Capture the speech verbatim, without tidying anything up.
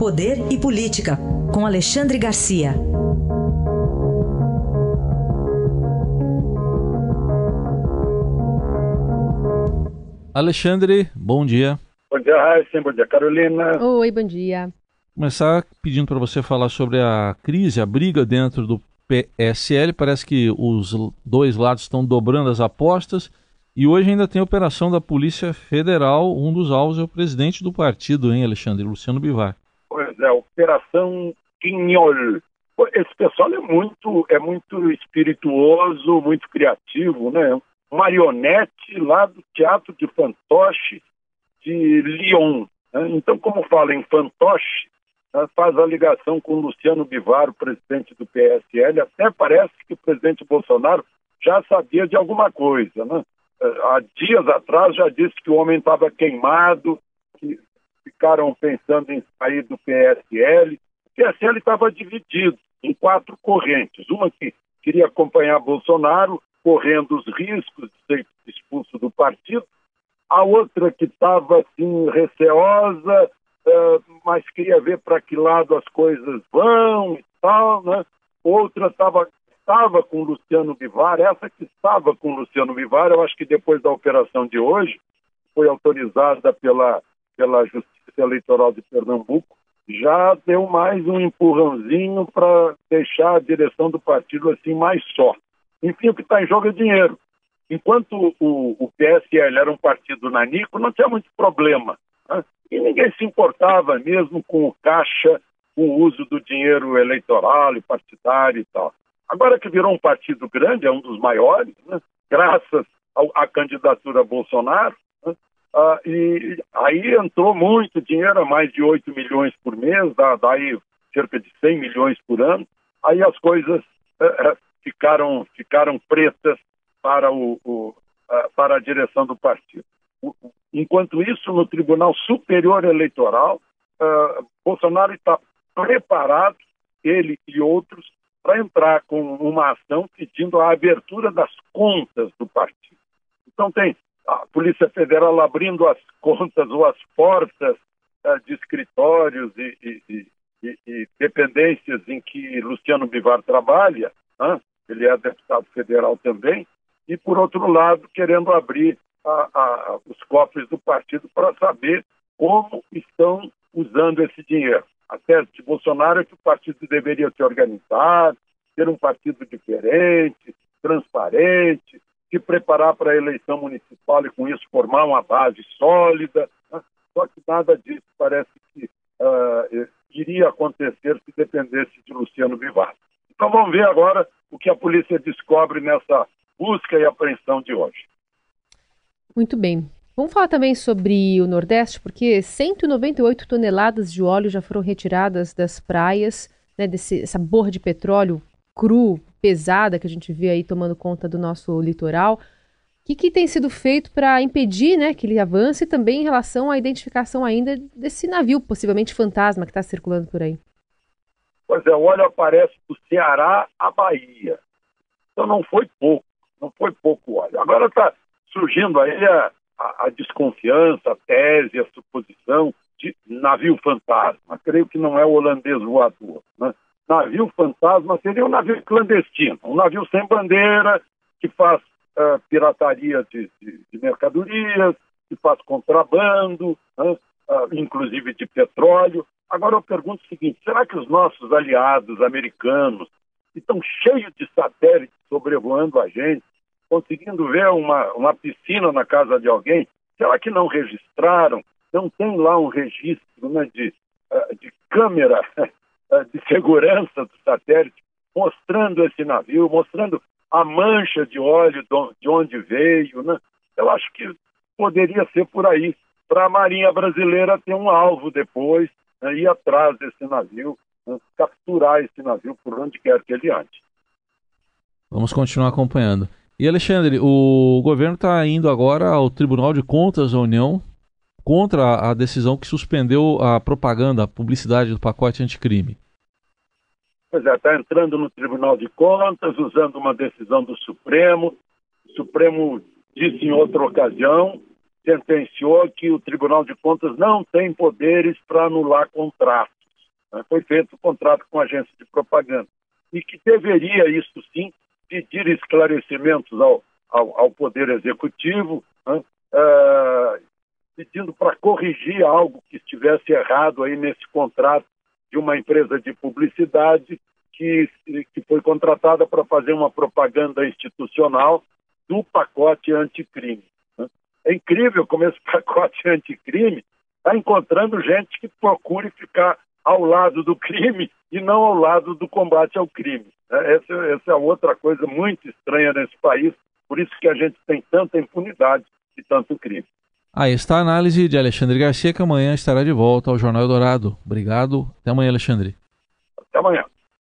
Poder e Política, com Alexandre Garcia. Alexandre, bom dia. Bom dia, Raíssa. Bom dia, Carolina. Oi, bom dia. Começar pedindo para você falar sobre a crise, a briga dentro do P S L. Parece que os dois lados estão dobrando as apostas e hoje ainda tem a operação da Polícia Federal. Um dos alvos é o presidente do partido, hein, Alexandre? Luciano Bivar. Pois é, Operação Quinhol. Esse pessoal é muito, é muito espirituoso, muito criativo, né? Marionete lá do Teatro de Fantoche de Lyon. Né? Então, como fala em fantoche, né, faz a ligação com Luciano Bivar, o presidente do P S L. Até parece que o presidente Bolsonaro já sabia de alguma coisa. Né? Há dias atrás já disse que o homem estava queimado, que ficaram pensando em sair do P S L. O P S L estava dividido em quatro correntes. Uma que queria acompanhar Bolsonaro, correndo os riscos de ser expulso do partido. A outra que estava assim, receosa, uh, mas queria ver para que lado as coisas vão e tal, né? Outra estava estava com o Luciano Bivar. Essa que estava com o Luciano Bivar, eu acho que depois da operação de hoje, foi autorizada pela, pela Justiça Eleitoral de Pernambuco, já deu mais um empurrãozinho para deixar a direção do partido assim mais só. Enfim, o que está em jogo é dinheiro. Enquanto o, o P S L era um partido nanico, não tinha muito problema. Né? E ninguém se importava mesmo com o caixa, com o uso do dinheiro eleitoral e partidário e tal. Agora que virou um partido grande, é um dos maiores, né? Graças ao, à candidatura a Bolsonaro, né? ah, e aí entrou muito dinheiro, mais de oito milhões por mês, dá, daí cerca de cem milhões por ano. Aí as coisas eh, ficaram, ficaram pretas para, o, o, uh, para a direção do partido. O, enquanto isso, no Tribunal Superior Eleitoral, uh, Bolsonaro está preparado, ele e outros, para entrar com uma ação pedindo a abertura das contas do partido. Então tem a Polícia Federal abrindo as contas ou as portas uh, de escritórios e, e, e, e dependências em que Luciano Bivar trabalha, né? Ele é deputado federal também, e, por outro lado, querendo abrir a, a, os cofres do partido para saber como estão usando esse dinheiro. A tese de Bolsonaro é que o partido deveria se organizar, ter um partido diferente, transparente, se preparar para a eleição municipal e, com isso, formar uma base sólida. Né? Só que nada disso parece que uh, iria acontecer se dependesse de Luciano Bivar. Então vamos ver agora o que a polícia descobre nessa busca e apreensão de hoje. Muito bem. Vamos falar também sobre o Nordeste, porque cento e noventa e oito toneladas de óleo já foram retiradas das praias, né, desse, essa borra de petróleo cru, pesada, que a gente vê aí tomando conta do nosso litoral. O que, que tem sido feito para impedir, né, que ele avance, e também em relação à identificação ainda desse navio, possivelmente fantasma, que está circulando por aí? Pois é, o óleo aparece do Ceará à Bahia. Então não foi pouco. Não foi pouco óleo. Agora está surgindo aí a, a, a desconfiança, a tese, a suposição de navio fantasma. Creio que não é o holandês voador. Né? Navio fantasma seria um navio clandestino, um navio sem bandeira, que faz uh, pirataria de, de, de mercadorias, que faz contrabando, né? uh, inclusive de petróleo. Agora eu pergunto o seguinte, será que os nossos aliados americanos, que estão cheios de satélites sobrevoando a gente, conseguindo ver uma, uma piscina na casa de alguém, será que não registraram? Não tem lá um registro, né, de, de câmera de segurança do satélite mostrando esse navio, mostrando a mancha de óleo de onde veio, né? Eu acho que poderia ser por aí, para a Marinha Brasileira ter um alvo depois, né, ir atrás desse navio, né, capturar esse navio por onde quer que ele ande. Vamos continuar acompanhando. E, Alexandre, o governo está indo agora ao Tribunal de Contas da União contra a decisão que suspendeu a propaganda, a publicidade do pacote anticrime. Pois é, está entrando no Tribunal de Contas, usando uma decisão do Supremo. O Supremo disse em outra ocasião, sentenciou que o Tribunal de Contas não tem poderes para anular contratos. né? Foi feito o contrato com a agência de propaganda. E que deveria, isso sim, pedir esclarecimentos ao, ao, ao Poder Executivo, né? uh, pedindo para corrigir algo que estivesse errado aí nesse contrato de uma empresa de publicidade que, que foi contratada para fazer uma propaganda institucional do pacote anticrime. Né? É incrível como esse pacote anticrime está encontrando gente que procure ficar ao lado do crime e não ao lado do combate ao crime. Essa, essa é outra coisa muito estranha nesse país, por isso que a gente tem tanta impunidade e tanto crime. Aí está a análise de Alexandre Garcia, que amanhã estará de volta ao Jornal Eldorado. Obrigado. Até amanhã, Alexandre. Até amanhã.